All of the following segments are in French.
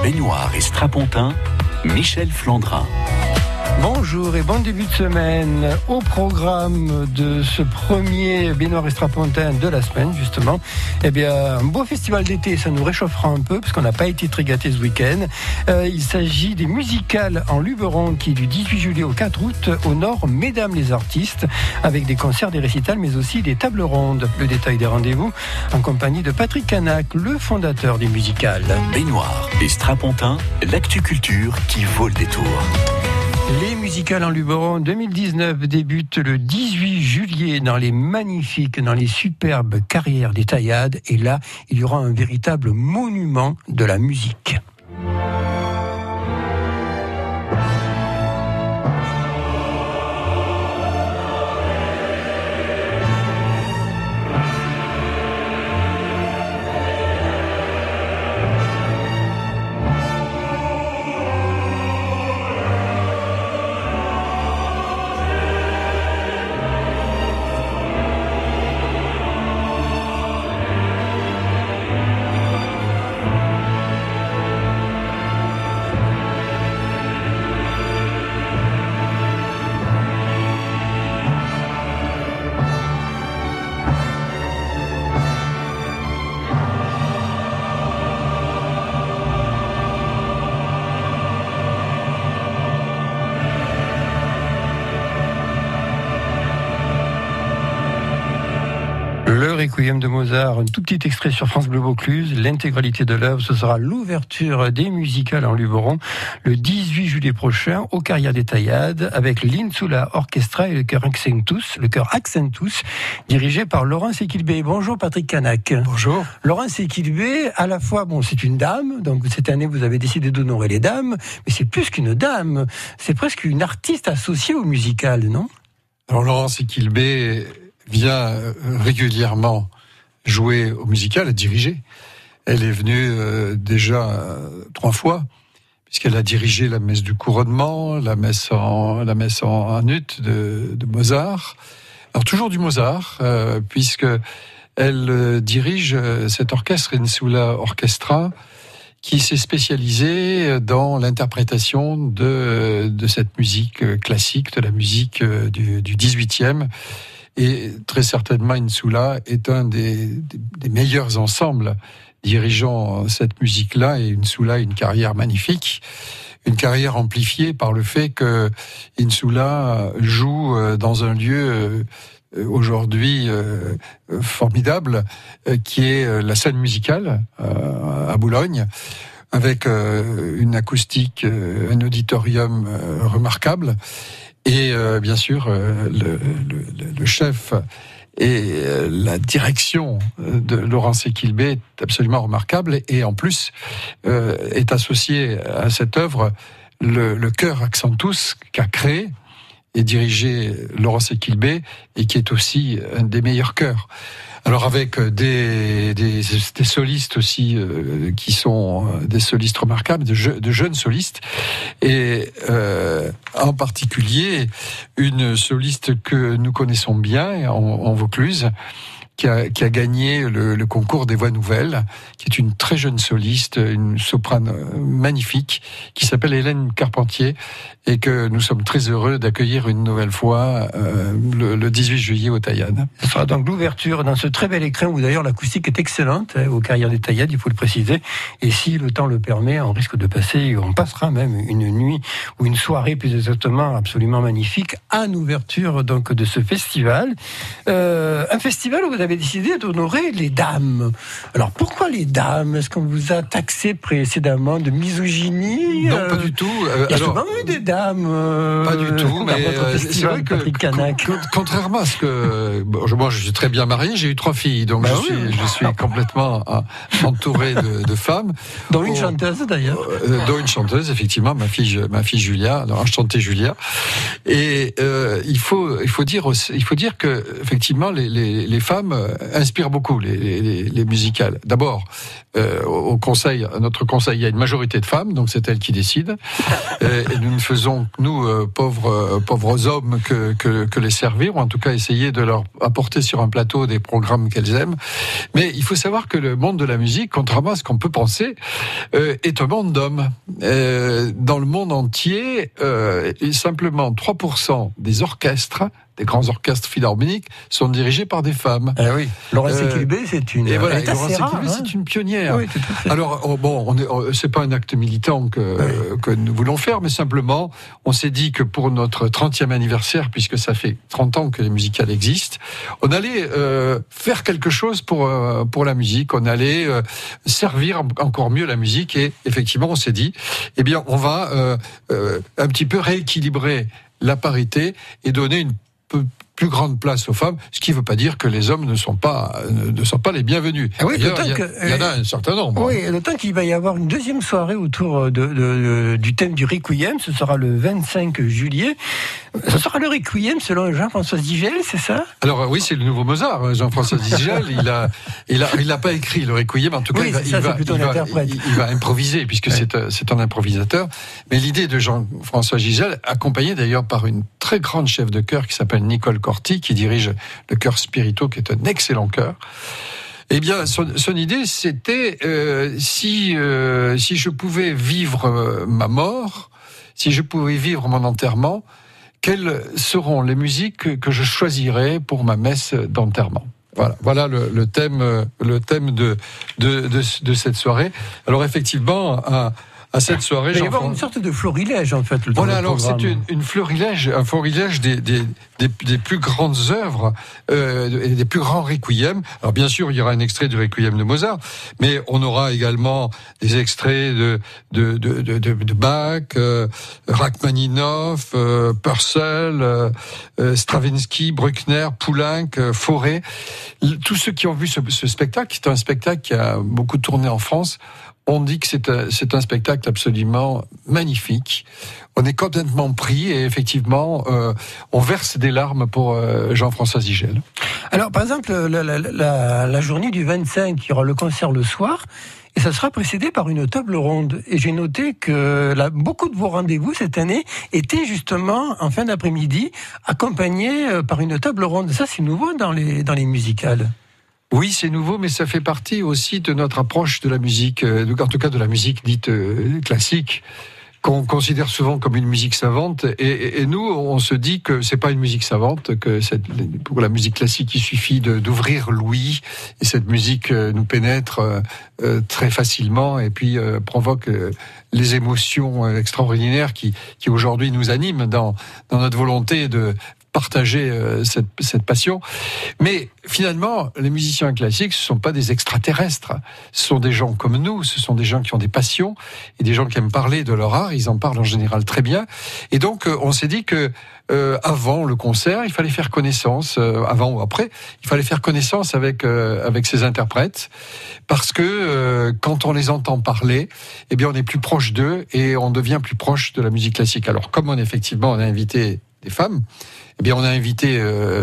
Baignoire et Strapontin, Michel Flandrin. Bonjour et bon début de semaine. Au programme de ce premier Baignoire et Strapontin de la semaine, justement, un beau festival d'été, ça nous réchauffera un peu, parce qu'on n'a pas été très gâtés ce week-end. Il s'agit des musicales en Luberon, qui est du 18 juillet au 4 août, au nord, Mesdames les artistes, avec des concerts, des récitals, mais aussi des tables rondes. Le détail des rendez-vous, en compagnie de Patrick Canac, le fondateur des musicales. Baignoire et Strapontin, l'actu culture qui vaut le détour. Les musicales en Luberon 2019 débutent le 18 juillet dans les magnifiques, dans les superbes carrières des Taillades. Et là, il y aura un véritable monument de la musique. Le Requiem de Mozart, un tout petit extrait sur France Bleu Vaucluse. L'intégralité de l'œuvre, ce sera l'ouverture des musicales en Luberon le 18 juillet prochain au Carrière des Taillades avec l'Insula Orchestra et le chœur Accentus, dirigé par Laurence Equilbé. Bonjour Patrick Canac. Bonjour. Laurence Equilbé, à la fois, c'est une dame, donc cette année vous avez décidé d'honorer les dames, mais c'est plus qu'une dame, c'est presque une artiste associée au musical, non ? Alors Laurence Equilbé vient régulièrement jouer au musical et diriger. Elle est venue déjà 3 fois, puisqu'elle a dirigé la messe du couronnement, la messe en ut de Mozart. Alors toujours du Mozart, puisque elle dirige cet orchestre Insula Orchestra, qui s'est spécialisé dans l'interprétation de cette musique classique, de la musique du 18e. Et très certainement, Insula est un des meilleurs ensembles dirigeant cette musique-là. Et Insula a une carrière magnifique, une carrière amplifiée par le fait que Insula joue dans un lieu aujourd'hui formidable, qui est la scène musicale à Boulogne, avec une acoustique, un auditorium remarquable. Et bien sûr, le chef et la direction de Laurence Equilbé est absolument remarquable. Et en plus, est associé à cette œuvre le chœur Accentus qu'a créé et dirigé Laurence Equilbé et qui est aussi un des meilleurs chœurs. Alors avec des solistes aussi qui sont des solistes remarquables, de jeunes solistes, et en particulier une soliste que nous connaissons bien en Vaucluse, qui a gagné le concours des voix nouvelles, qui est une très jeune soliste, une soprane magnifique, qui s'appelle Hélène Carpentier, et que nous sommes très heureux d'accueillir une nouvelle fois le 18 juillet au Taillades. Ce sera donc l'ouverture dans ce très bel écrin où d'ailleurs l'acoustique est excellente au Carrière des Taillades, il faut le préciser. Et si le temps le permet, on risque de passer, on passera même une nuit ou une soirée plus exactement absolument magnifique en ouverture donc de ce festival. Un festival où vous avez décidé d'honorer les dames. Alors pourquoi les dames ? Est-ce qu'on vous a taxé précédemment de misogynie ? Non, pas du tout. Il y a souvent eu des dames. Pas du tout, mais c'est vrai que contrairement à ce que moi je suis très bien marié, j'ai eu 3 filles, donc je suis complètement entouré de femmes, dont une chanteuse d'ailleurs. Dont une chanteuse, effectivement, ma fille Julia, alors enchantée Julia. Et il faut dire que effectivement les femmes inspirent beaucoup les musicales. D'abord au conseil, à notre conseil, il y a une majorité de femmes, donc c'est elles qui décident. Et nous ne faisons, nous, pauvres hommes, que les servir, ou en tout cas essayer de leur apporter sur un plateau des programmes qu'elles aiment. Mais il faut savoir que le monde de la musique, contrairement à ce qu'on peut penser, est un monde d'hommes. Dans le monde entier, simplement 3% des orchestres, des grands orchestres philharmoniques, sont dirigés par des femmes. Ah oui. Laurence Equilbé, c'est une. Et voilà, Laurence Equilbé, c'est une pionnière. Oui, tout à fait. Alors bon, c'est pas un acte militant que nous voulons faire, mais simplement, on s'est dit que pour notre 30e anniversaire, puisque ça fait 30 ans que les musicales existent, on allait faire quelque chose pour la musique. On allait servir encore mieux la musique. Et effectivement, on s'est dit, eh bien, on va un petit peu rééquilibrer la parité et donner une plus grande place aux femmes, ce qui ne veut pas dire que les hommes ne sont pas les bienvenus. Ah oui, d'ailleurs, il y en a un certain nombre. Oui, d'autant qu'il va y avoir une deuxième soirée autour du thème du Requiem. Ce sera le 25 juillet. Ce sera le Requiem selon Jean-François Zigel, c'est ça ? Alors oui, c'est le nouveau Mozart. Jean-François Zigel, il a pas écrit le Requiem. En tout cas, il va improviser puisque c'est un improvisateur. Mais l'idée de Jean-François Zigel, accompagné d'ailleurs par une très grande chef de chœur qui s'appelle Nicole Corti, qui dirige le chœur Spirito, qui est un excellent chœur. Eh bien, son idée, c'était si je pouvais vivre ma mort, si je pouvais vivre mon enterrement, quelles seront les musiques que je choisirais pour ma messe d'enterrement. Voilà le thème de cette soirée. Alors effectivement, à cette soirée, il va y avoir une sorte de florilège en fait. Voilà, alors c'est un florilège des plus grandes œuvres et des plus grands requiems. Alors bien sûr, il y aura un extrait du Requiem de Mozart, mais on aura également des extraits de Bach, Rachmaninoff, Purcell, Stravinsky, Bruckner, Poulenc, Fauré. Tous ceux qui ont vu ce spectacle, qui est un spectacle qui a beaucoup tourné en France, on dit que c'est un spectacle absolument magnifique. On est complètement pris et effectivement, on verse des larmes pour Jean-François Zigel. Alors, par exemple, la journée du 25, il y aura le concert le soir, et ça sera précédé par une table ronde. Et j'ai noté que beaucoup de vos rendez-vous cette année étaient justement en fin d'après-midi, accompagnés par une table ronde. Ça, c'est nouveau dans les musicales. Oui, c'est nouveau, mais ça fait partie aussi de notre approche de la musique, en tout cas de la musique dite classique, qu'on considère souvent comme une musique savante. Et nous, on se dit que c'est pas une musique savante, que pour la musique classique, il suffit d'ouvrir l'ouïe, et cette musique nous pénètre très facilement, et puis provoque les émotions extraordinaires qui aujourd'hui nous animent dans notre volonté de partager cette passion. Mais finalement, les musiciens classiques, ce ne sont pas des extraterrestres. Ce sont des gens comme nous, ce sont des gens qui ont des passions et des gens qui aiment parler de leur art. Ils en parlent en général très bien. Et donc, on s'est dit que avant le concert, il fallait faire connaissance, avant ou après, il fallait faire connaissance avec ces interprètes, parce que quand on les entend parler, eh bien, on est plus proche d'eux et on devient plus proche de la musique classique. Alors, comme on a invité des femmes, eh bien, on a invité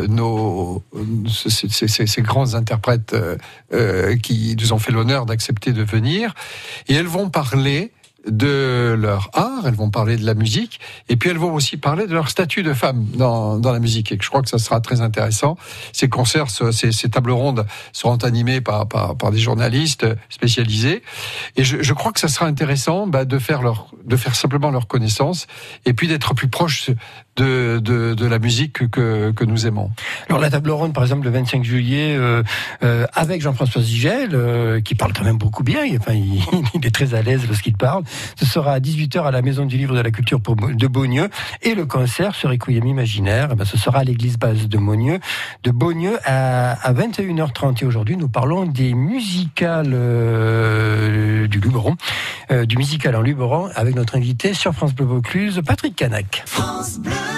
ces grands interprètes qui nous ont fait l'honneur d'accepter de venir, et elles vont parler de leur art, elles vont parler de la musique, et puis elles vont aussi parler de leur statut de femme dans la musique, et je crois que ça sera très intéressant. Ces concerts, ces tables rondes seront animées par des journalistes spécialisés, et je crois que ça sera intéressant de faire simplement leur connaissance, et puis d'être plus proche de la musique que nous aimons. Alors la table ronde, par exemple, le 25 juillet, avec Jean-François Zigel, qui parle quand même beaucoup bien, il est très à l'aise lorsqu'il parle. Ce sera à 18h à la Maison du Livre de la Culture de Beaunieu, et le concert, ce Requiem imaginaire, ce sera à l'église basse de Beaunieu à 21h30. Et aujourd'hui, nous parlons des musicales du Luberon, du musical en Luberon, avec notre invité sur France Bleu Vaucluse, Patrick Canac. France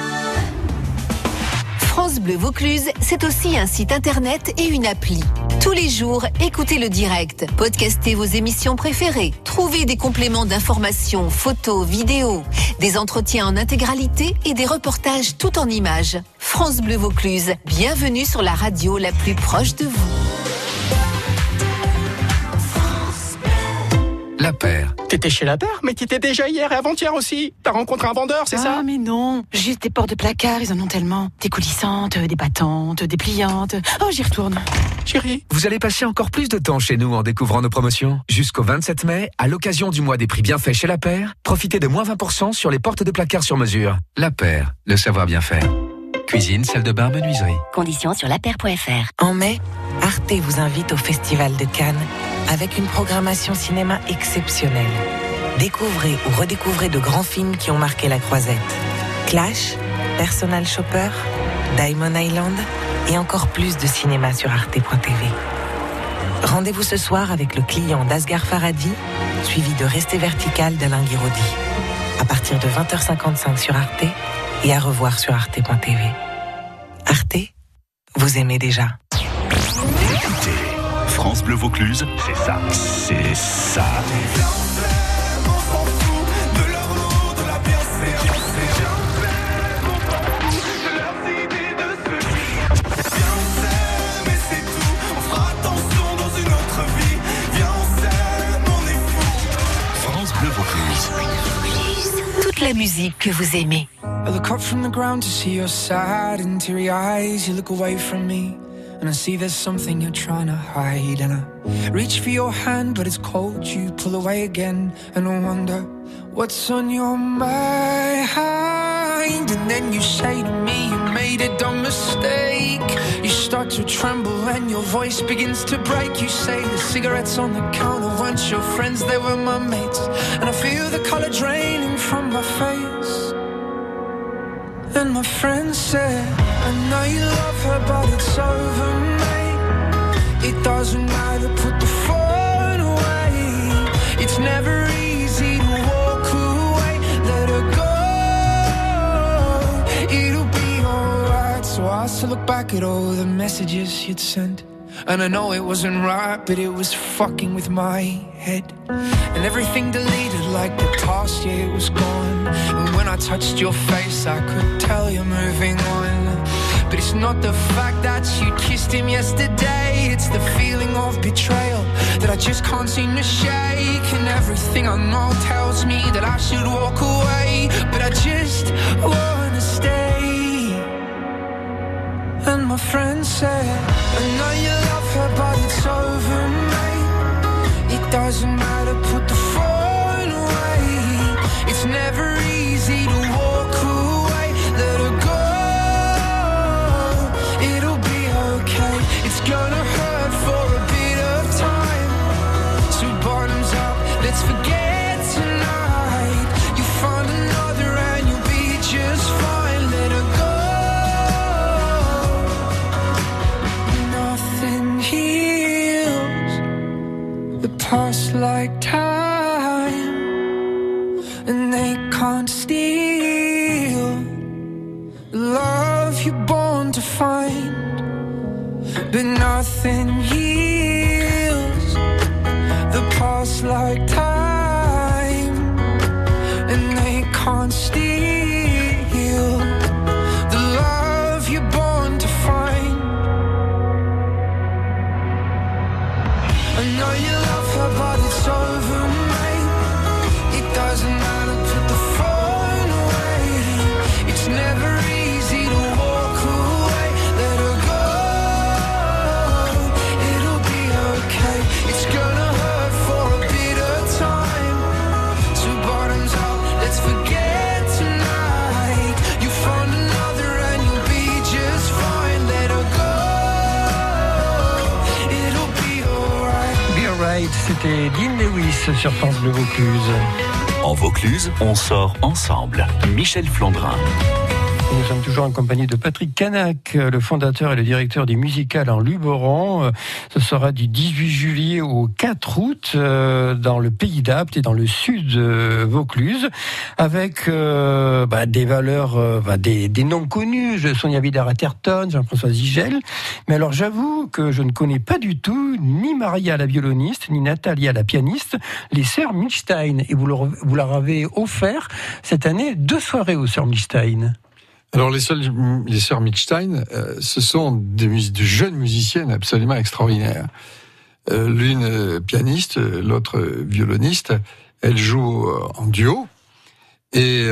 Bleu Vaucluse, c'est aussi un site internet et une appli. Tous les jours, écoutez le direct, podcastez vos émissions préférées, trouvez des compléments d'informations, photos, vidéos, des entretiens en intégralité et des reportages tout en images. France Bleu Vaucluse, bienvenue sur la radio la plus proche de vous. France Bleu. T'étais chez La Paire, mais t'étais déjà hier et avant-hier aussi. T'as rencontré un vendeur, c'est ça? Ah, mais non. Juste des portes de placard, ils en ont tellement. Des coulissantes, des battantes, des pliantes. Oh, j'y retourne. Chérie. Vous allez passer encore plus de temps chez nous en découvrant nos promotions. Jusqu'au 27 mai, à l'occasion du mois des prix bienfaits chez La Paire, profitez de moins 20% sur les portes de placard sur mesure. La Paire, le savoir bien faire. Cuisine, salle de bain, menuiserie. Conditions sur lapaire.fr. En mai, Arte vous invite au Festival de Cannes avec une programmation cinéma exceptionnelle. Découvrez ou redécouvrez de grands films qui ont marqué la croisette. Clash, Personal Shopper, Diamond Island et encore plus de cinéma sur arte.tv. Rendez-vous ce soir avec Le Client d'Asghar Farhadi, suivi de Rester vertical d'Alain Guiraudy. À partir de 20h55 sur Arte et à revoir sur arte.tv. Arte, vous aimez déjà. Écoutez, France Bleu Vaucluse, c'est ça. C'est ça. France Bleu Vaucluse. Toute la musique que vous aimez. I look up from the ground to see your sad and teary eyes. You look away from me and I see there's something you're trying to hide. And I reach for your hand but it's cold. You pull away again and I wonder what's on your mind. And then you say to me you made a dumb mistake. You start to tremble and your voice begins to break. You say the cigarettes on the counter weren't your friends, they were my mates. And I feel the color draining from my face. And my friend said, I know you love her but it's over, mate. It doesn't matter, put the phone away. It's never easy to walk away. Let her go, it'll be alright. So I still look back at all the messages you'd sent. And I know it wasn't right, but it was fucking with my head. And everything deleted like the past, yeah, it was gone. And when I touched your face, I could tell you're moving on. But it's not the fact that you kissed him yesterday. It's the feeling of betrayal that I just can't seem to shake. And everything I know tells me that I should walk away, but I just wanna stay. And my friend said, I know you love her but it's over, mate. It doesn't matter, put the phone away. It's never easy to walk away. Let her go, it'll be okay. It's gonna hurt for a bit of time. So bottoms up, let's forget tonight. You find another and you'll be just fine. Let her go. Past like time, and they can't steal the love you're born to find. But nothing heals the past like time, and they can't steal the love you're born to find. I know you love her but it's over, mate. It doesn't matter, put the phone away. It's never easy to walk away. Let her go, it'll be okay. It's gonna hurt for a bit of time. So bottoms up, let's forget tonight. You find another and you'll be just fine. Let her go, it'll be alright. Be alright, c'était Dean Lewis sur France Bleu Vaucluse. En Vaucluse, on sort ensemble. Michel Flandrin. Et nous sommes toujours en compagnie de Patrick Canac, le fondateur et le directeur du Musical en Luberon. Ce sera du 18 juillet au 4 août dans le Pays d'Apt et dans le sud Vaucluse, avec des valeurs, des noms connus, Sonia Vidar-Atherton, Jean-François Zigel. Mais alors j'avoue que je ne connais pas du tout ni Maria la violoniste, ni Natalia la pianiste, les sœurs Milstein. Et vous leur avez offert cette année 2 soirées aux sœurs Milstein. Alors les sœurs Milstein, ce sont de jeunes musiciennes absolument extraordinaires. L'une pianiste, l'autre violoniste, elles jouent en duo et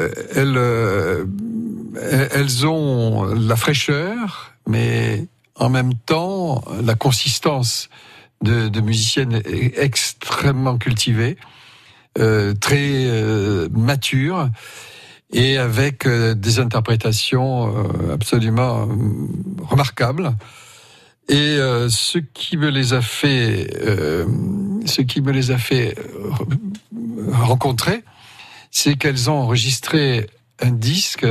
elles ont la fraîcheur, mais en même temps la consistance de musiciennes extrêmement cultivées, très matures, et avec des interprétations absolument remarquables. Et ce qui me les a fait rencontrer, c'est qu'elles ont enregistré un disque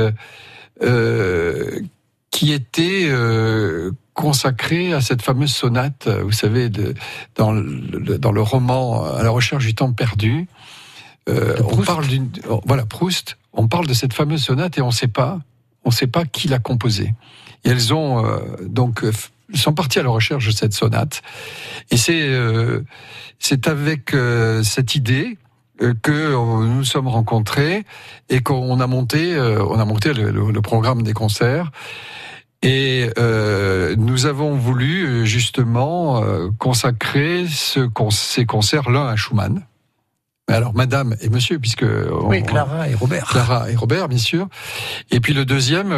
qui était consacré à cette fameuse sonate, vous savez, dans le roman À la recherche du temps perdu. On parle Proust. On parle de cette fameuse sonate et on ne sait pas qui l'a composée. Et elles ont sont parties à la recherche de cette sonate. Et c'est avec cette idée que nous nous sommes rencontrés et qu'on a monté le programme des concerts. Et nous avons voulu justement consacrer ces concerts l'un à Schumann. Alors, madame et monsieur, puisque... Clara et Robert. Clara et Robert, bien sûr. Et puis le deuxième...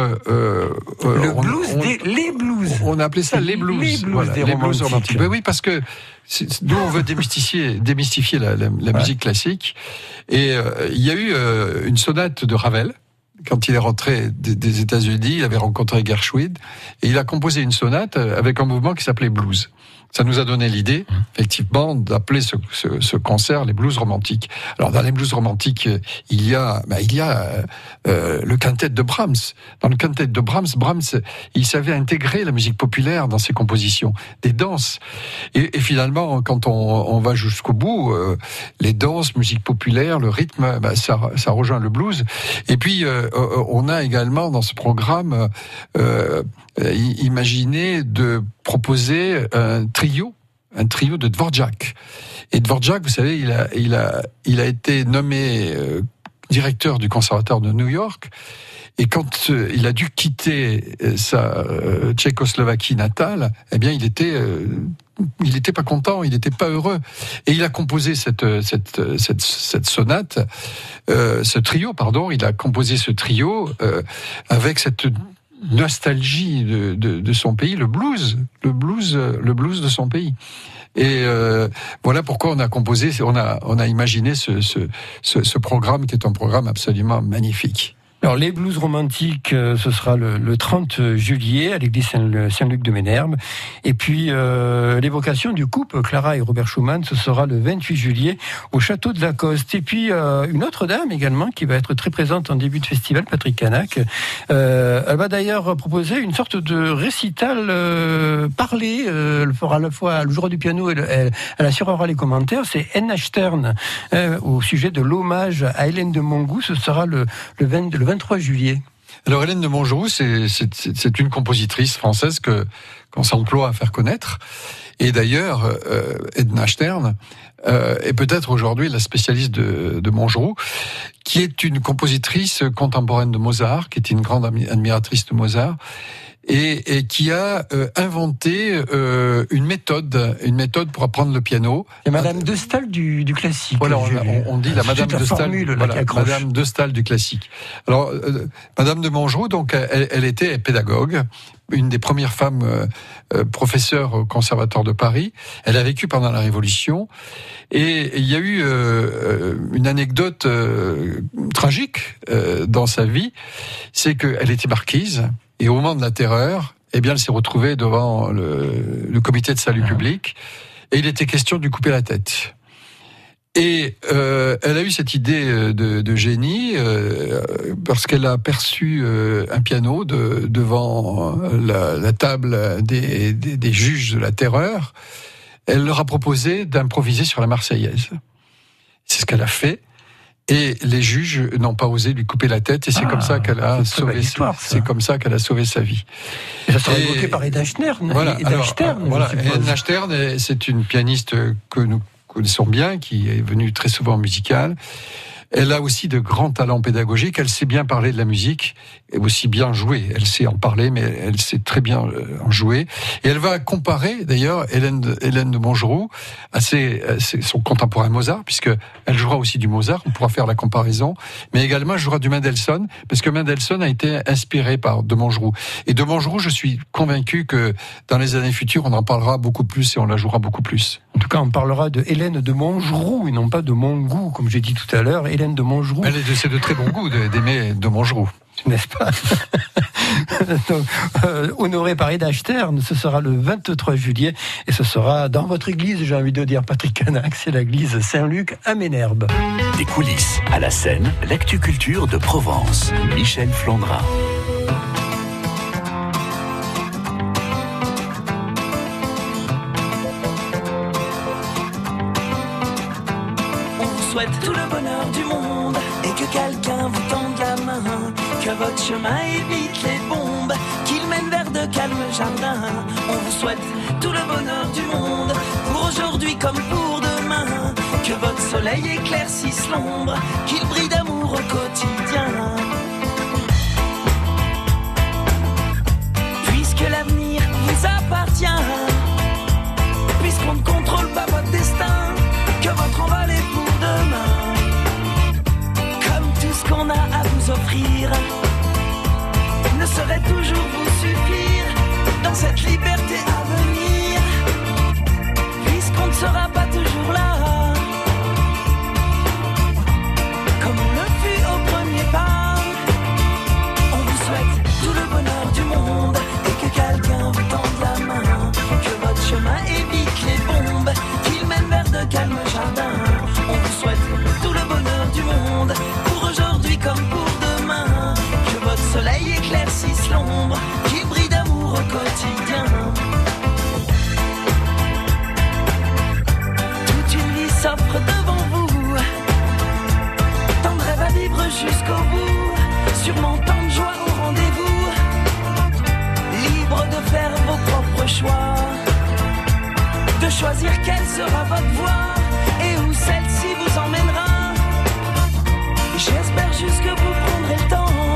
les blues. On a appelé ça les blues. Les blues romantiques. Oui, parce que nous, on veut démystifier la musique classique. Et il y a eu une sonate de Ravel. Quand il est rentré des États-Unis, il avait rencontré Gershwin. Et il a composé une sonate avec un mouvement qui s'appelait blues. Ça nous a donné l'idée, effectivement, d'appeler ce concert les blues romantiques. Alors, dans les blues romantiques, il y a le quintet de Brahms. Dans le quintet de Brahms, il savait intégrer la musique populaire dans ses compositions, des danses. Et finalement, quand on va jusqu'au bout, les danses, musique populaire, le rythme, ça rejoint le blues. Et puis, on a également dans ce programme imaginé de proposer un trio de Dvorak. Et Dvorak, vous savez, il a été nommé directeur du conservatoire de New York. Et quand il a dû quitter sa Tchécoslovaquie natale, eh bien, il était pas content, il n'était pas heureux. Et il a composé cette sonate, ce trio, pardon. Il a composé ce trio avec cette nostalgie de son pays, le blues de son pays. Et voilà pourquoi on a imaginé ce programme qui est un programme absolument magnifique. Alors, les blues romantiques, ce sera le 30 juillet à l'église Saint-Luc de Ménherbe. Et puis, l'évocation du couple Clara et Robert Schumann, ce sera le 28 juillet au château de Lacoste. Et puis, une autre dame également qui va être très présente en début de festival, Patrick Canac. Elle va d'ailleurs proposer une sorte de récital parlé. Elle fera à la fois le jouera du piano et elle assurera les commentaires. C'est Enna Stern, au sujet de l'hommage à Hélène de Montgout. Ce sera le 23 juillet. Alors Hélène de Montgeroux, c'est une compositrice française qu'on s'emploie à faire connaître. Et d'ailleurs, Edna Stern est peut-être aujourd'hui la spécialiste de Montgeroux, qui est une compositrice contemporaine de Mozart, qui est une grande admiratrice de Mozart, et qui a inventé une méthode pour apprendre le piano. Et Madame de Staël du classique. Voilà, on dit la Madame de Staël, Madame de Staël du classique. Alors, Madame de Montgeroux, donc, elle était pédagogue, une des premières femmes professeures au Conservatoire de Paris. Elle a vécu pendant la Révolution, et il y a eu une anecdote tragique dans sa vie, c'est qu'elle était marquise. Et au moment de la terreur, eh bien, elle s'est retrouvée devant le comité de salut public, et il était question de lui couper la tête. Et elle a eu cette idée de génie parce qu'elle a aperçu un piano devant la table des juges de la terreur. Elle leur a proposé d'improviser sur la Marseillaise. C'est ce qu'elle a fait. Et les juges n'ont pas osé lui couper la tête, et c'est comme ça qu'elle a sauvé. C'est comme ça qu'elle a sauvé sa vie. Et ça sera évoqué par Edna Stern. Edna Stern, c'est une pianiste que nous connaissons bien, qui est venue très souvent en musical. Elle a aussi de grands talents pédagogiques. Elle sait bien parler de la musique et aussi bien jouer. Elle sait en parler, mais elle sait très bien en jouer. Et elle va comparer, d'ailleurs, Hélène de Montgeroux à son contemporain Mozart, puisque elle jouera aussi du Mozart. On pourra faire la comparaison. Mais également, elle jouera du Mendelssohn, parce que Mendelssohn a été inspiré par de Montgeroux. Et de Montgeroux, je suis convaincu que dans les années futures, on en parlera beaucoup plus et on la jouera beaucoup plus. En tout cas, on parlera de Hélène de Montgeroux et non pas de Montgoux, comme j'ai dit tout à l'heure. Hélène de Montgeroux. C'est de très bon goût d'aimer de Montgeroux. N'est-ce pas? Donc, honoré par Eda Stern, ce sera le 23 juillet et ce sera dans votre église, j'ai envie de dire, Patrick Canac, c'est l'église Saint-Luc à Ménherbe. Des coulisses à la scène, l'actu culture de Provence. Michel Flandrin. Souhaite tout le bonheur du monde et que quelqu'un vous tende la main, que votre chemin évite les bombes, qu'il mène vers de calmes jardins. On vous souhaite tout le bonheur du monde, pour aujourd'hui comme pour demain, que votre soleil éclaircisse l'ombre, qu'il brille d'amour au quotidien. Puisque l'avenir vous appartient, puisqu'on ne contrôle pas votre destin, que votre envol est pour demain. Comme tout ce qu'on a à vous offrir ne saurait toujours vous suffire dans cette liberté à venir, puisqu'on ne sera pas toujours là comme on le fut au premier pas. On vous souhaite tout le bonheur du monde et que quelqu'un vous tende la main, que votre chemin évite les bombes, qu'il mène vers de calmes jardins. On vous souhaite tout le bonheur du monde, pour aujourd'hui comme pour demain, que votre soleil éclaircisse l'ombre, qu'il brille d'amour au quotidien. Toute une vie s'offre devant vous, tant de rêves à vivre jusqu'au bout, sûrement tant de joie au rendez-vous, libre de faire vos propres choix, de choisir quelle sera votre voie et où celle-ci vous emmènera. J'espère juste que vous prendrez le temps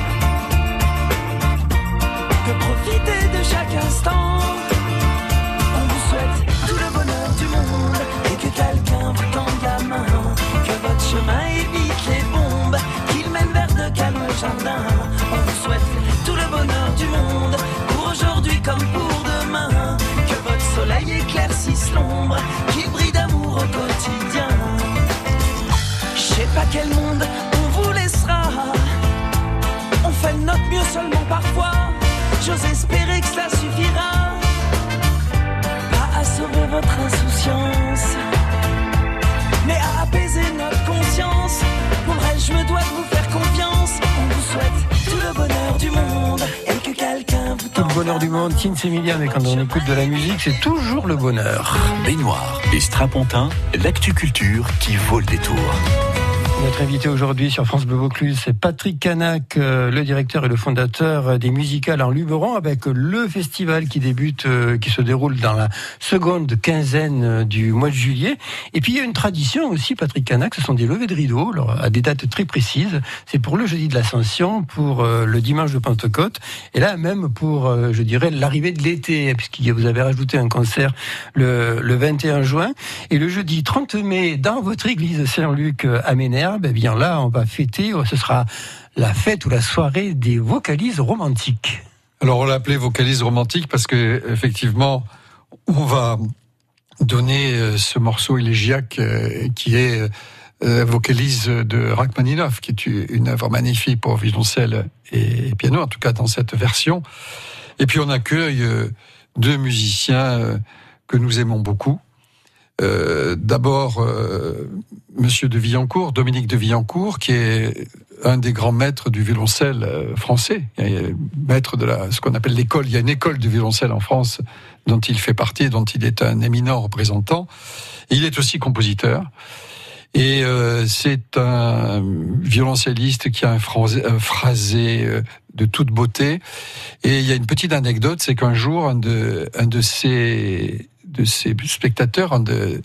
de profiter de chaque instant. On vous souhaite tout le bonheur du monde et que quelqu'un vous tende la main, que votre chemin évite les bombes, qu'il mène vers de calmes jardins. On vous souhaite tout le bonheur du monde, pour aujourd'hui comme pour demain, que votre soleil éclaircisse l'ombre, qu'il brille d'amour au quotidien. Je sais pas quel monde on vous laissera, on fait de notre mieux seulement parfois, j'ose espérer que cela suffira, pas à sauver votre insouciance, mais à apaiser notre conscience. Pour le reste, je me dois de vous faire confiance. On vous souhaite tout le bonheur du monde et que quelqu'un vous tende. Tout le bonheur du monde, Tins Emilia, mais quand on écoute de la musique, c'est toujours le bonheur. Baignoire et strapontin, l'actu culture qui vaut le détour. Notre invité aujourd'hui sur France Bleu Vaucluse, c'est Patrick Canac, le directeur et le fondateur des Musicales en Luberon, avec le festival qui débute, qui se déroule dans la seconde quinzaine du mois de juillet. Et puis il y a une tradition aussi, Patrick Canac, ce sont des levées de rideaux, alors, à des dates très précises. C'est pour le jeudi de l'Ascension, pour le dimanche de Pentecôte, et là même pour, je dirais, l'arrivée de l'été, puisque vous avez rajouté un concert le 21 juin. Et le jeudi 30 mai, dans votre église Saint-Luc à Ménherbe, eh bien là, on va fêter, ce sera la fête ou la soirée des vocalises romantiques. Alors on l'a appelé vocalise romantique parce que effectivement, on va donner ce morceau élégiaque qui est vocalise de Rachmaninov, qui est une œuvre magnifique pour violoncelle et piano, en tout cas dans cette version. Et puis on accueille deux musiciens que nous aimons beaucoup. D'abord Monsieur de Villancourt, Dominique de Villancourt, qui est un des grands maîtres du violoncelle français, maître de ce qu'on appelle l'école. Il y a une école de violoncelle en France dont il fait partie et dont il est un éminent représentant. Et il est aussi compositeur. Et c'est un violoncelliste qui a un phrasé de toute beauté. Et il y a une petite anecdote, c'est qu'un jour, un de ses ces spectateurs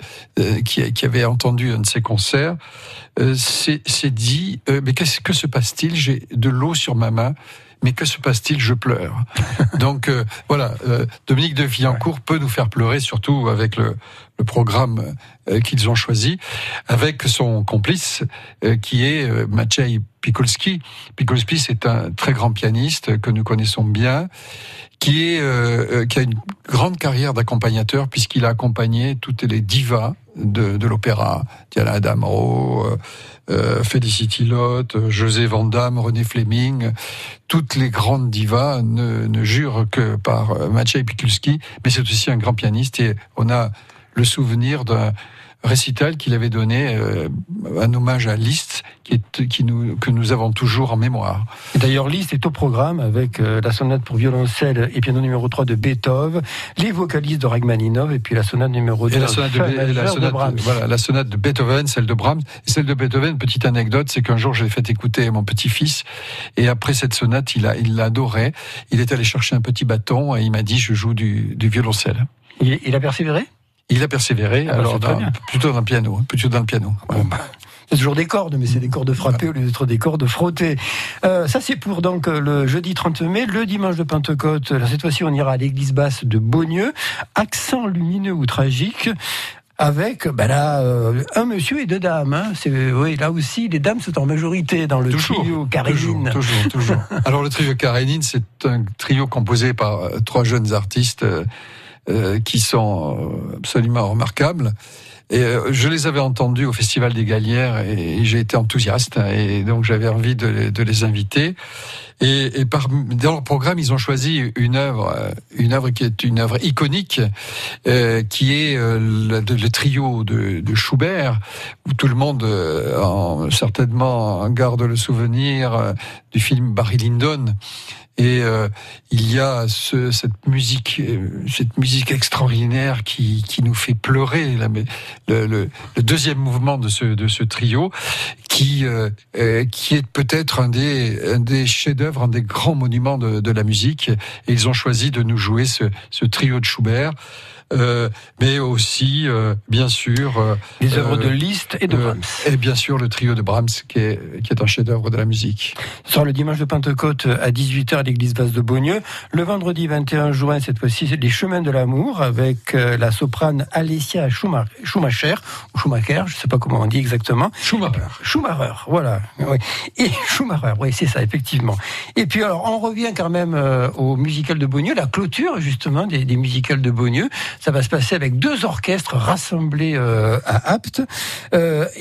qui avaient entendu un de ces concerts s'est dit mais que se passe-t-il? J'ai de l'eau sur ma main. Mais que se passe-t-il? Je pleure. Donc voilà, Dominique de Villancourt peut nous faire pleurer, surtout avec le programme qu'ils ont choisi, avec son complice qui est Maciej Pikulski. Pikulski, c'est un très grand pianiste que nous connaissons bien, qui a une grande carrière d'accompagnateur puisqu'il a accompagné toutes les divas de l'opéra, Diana Damrau, Felicity Lott, José Van Damme, René Fleming, toutes les grandes divas ne jurent que par Maciej Pikulski, mais c'est aussi un grand pianiste et on a le souvenir d'un récital qu'il avait donné, un hommage à Liszt, que nous avons toujours en mémoire. Et d'ailleurs, Liszt est au programme avec la sonate pour violoncelle et piano numéro 3 de Beethoven, les vocalistes de Rachmaninov et puis la sonate numéro 2 de Brahms. Voilà, la sonate de Beethoven, celle de Brahms. Et celle de Beethoven, petite anecdote, c'est qu'un jour, je l'ai fait écouter à mon petit-fils et après cette sonate, il l'adorait. Il est allé chercher un petit bâton et il m'a dit, je joue du violoncelle. Il a persévéré? Il a persévéré, plutôt dans le piano. Bon, c'est toujours des cordes, mais c'est des cordes frappées au lieu d'être des cordes frottées. Ça, c'est pour donc le jeudi 30 mai, le dimanche de Pentecôte. Là, cette fois-ci, on ira à l'église basse de Beaunieu. Accent lumineux ou tragique. Avec un monsieur et deux dames. Hein. Oui, là aussi, les dames sont en majorité dans le trio Karénine. Toujours. Alors le trio Karénine, c'est un trio composé par trois jeunes artistes qui sont absolument remarquables. Et je les avais entendus au Festival des Gallières et j'ai été enthousiaste et donc j'avais envie de les inviter. Et dans leur programme, ils ont choisi une œuvre qui est une œuvre iconique, qui est le trio de Schubert, où tout le monde certainement garde le souvenir du film Barry Lyndon. Et il y a cette musique extraordinaire qui nous fait pleurer. Le deuxième mouvement de ce trio, qui est peut-être un des chefs-d'œuvre, un des grands monuments de la musique. Et ils ont choisi de nous jouer ce trio de Schubert. Mais aussi, bien sûr, les œuvres de Liszt et de Brahms. Et bien sûr, le trio de Brahms, qui est un chef-d'œuvre de la musique. Ce sera le dimanche de Pentecôte à 18h à l'église basse de Beaunieu. Le vendredi 21 juin, cette fois-ci, c'est les Chemins de l'amour avec la soprane Alessia Schumacher, je ne sais pas comment on dit exactement. Schumacher, voilà. Oui. Et Schumacher, oui, c'est ça, effectivement. Et puis alors, on revient quand même au musical de Beaunieu, la clôture justement des musicals de Beaunieu. Ça va se passer avec deux orchestres rassemblés à Apt. Je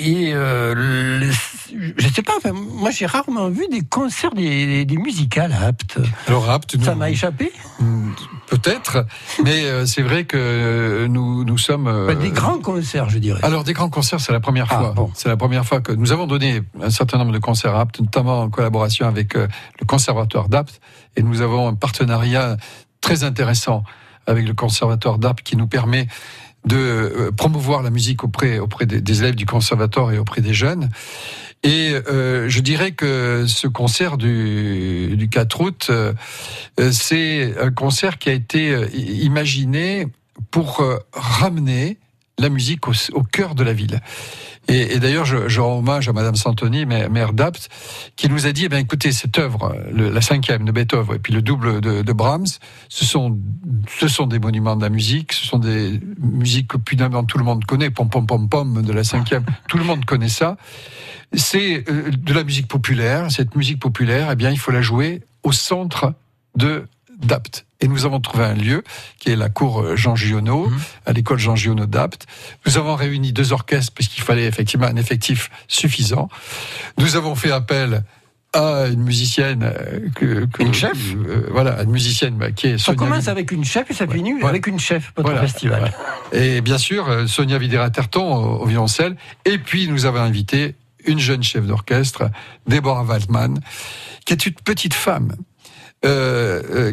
sais pas, enfin, moi j'ai rarement vu des concerts des musicales à Apt. Alors Apt, ça m'a échappé. Peut-être, mais c'est vrai que nous sommes... des grands concerts, je dirais. Alors des grands concerts, c'est la première fois. Bon. C'est la première fois que nous avons donné un certain nombre de concerts à Apt, notamment en collaboration avec le Conservatoire d'Apt, et nous avons un partenariat très intéressant avec le Conservatoire d'Apt qui nous permet de promouvoir la musique auprès des élèves du Conservatoire et auprès des jeunes. Et je dirais que ce concert du 4 août, c'est un concert qui a été imaginé pour ramener la musique au cœur de la ville. Et d'ailleurs, je rends hommage à Madame Santoni, maire d'Apt, qui nous a dit, écoutez, cette œuvre, la 5e de Beethoven, et puis le double de Brahms, ce sont des monuments de la musique, ce sont des musiques que finalement tout le monde connaît, pom pom pom pom de la 5e, tout le monde connaît ça. C'est de la musique populaire. Cette musique populaire, il faut la jouer au centre d'Apt. Et nous avons trouvé un lieu qui est la cour Jean Giono, à l'école Jean Giono d'Apt. Nous avons réuni deux orchestres puisqu'il fallait effectivement un effectif suffisant. Nous avons fait appel à une musicienne, une chef, une musicienne qui est Sonia. Ça commence avec une chef et ça finit avec une chef pour le festival. Voilà. Et bien sûr, Sonia Videra-Terton au violoncelle. Et puis nous avons invité une jeune chef d'orchestre, Deborah Waldman, qui est une petite femme. Une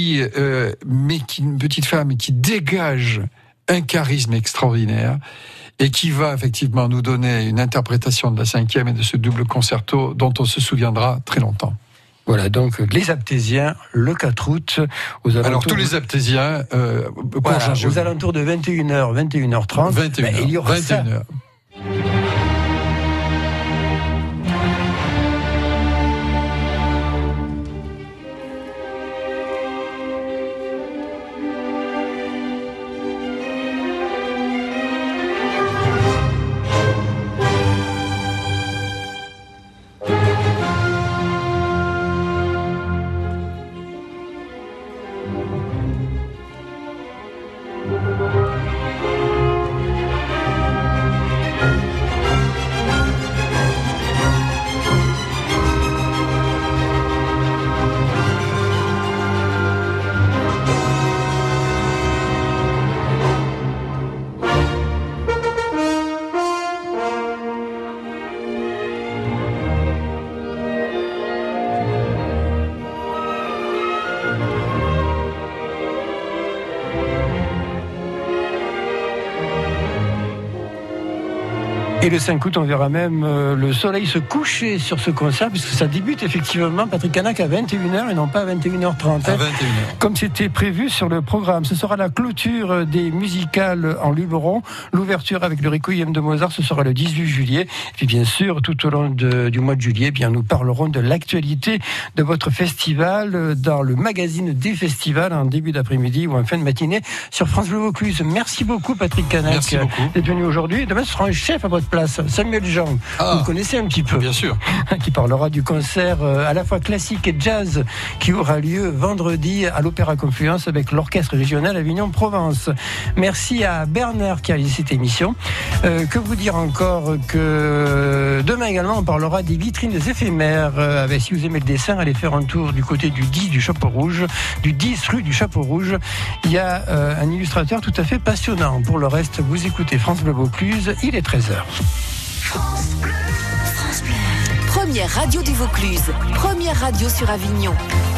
petite femme qui dégage un charisme extraordinaire et qui va effectivement nous donner une interprétation de la 5e et de ce double concerto dont on se souviendra très longtemps. Voilà, donc les Aptésiens, le 4 août, aux alentours... Alors tous les Aptésiens, voilà, aux alentours de 21h, 21h30, 21h, il y aura 21h. ça. Et le 5 août, on verra même le soleil se coucher sur ce concert, puisque ça débute effectivement, Patrick Canac, à 21h et non pas à 21h30. À 21h. Comme c'était prévu sur le programme. Ce sera la clôture des musicales en Luberon. L'ouverture avec le Requiem de Mozart, ce sera le 18 juillet. Et puis bien sûr, tout au long du mois de juillet, bien, nous parlerons de l'actualité de votre festival dans le magazine des festivals en début d'après-midi ou en fin de matinée sur France Bleu Vaucluse. Merci beaucoup, Patrick Canac. Merci beaucoup d'être venu aujourd'hui. Demain, ce sera un chef à votre place, Samuel Jean. Vous le connaissez un petit peu. Bien sûr. Qui parlera du concert à la fois classique et jazz qui aura lieu vendredi à l'Opéra Confluence avec l'Orchestre Régional Avignon-Provence. Merci à Bernard qui a réalisé cette émission. Que vous dire encore que demain également on parlera des vitrines éphémères. Avec, si vous aimez le dessin, allez faire un tour du côté du 10 du Chapeau Rouge, du 10 rue du Chapeau Rouge. Il y a un illustrateur tout à fait passionnant. Pour le reste, vous écoutez France Bleu Vaucluse, il est 13h. France Bleu. Première radio du Vaucluse, première radio sur Avignon.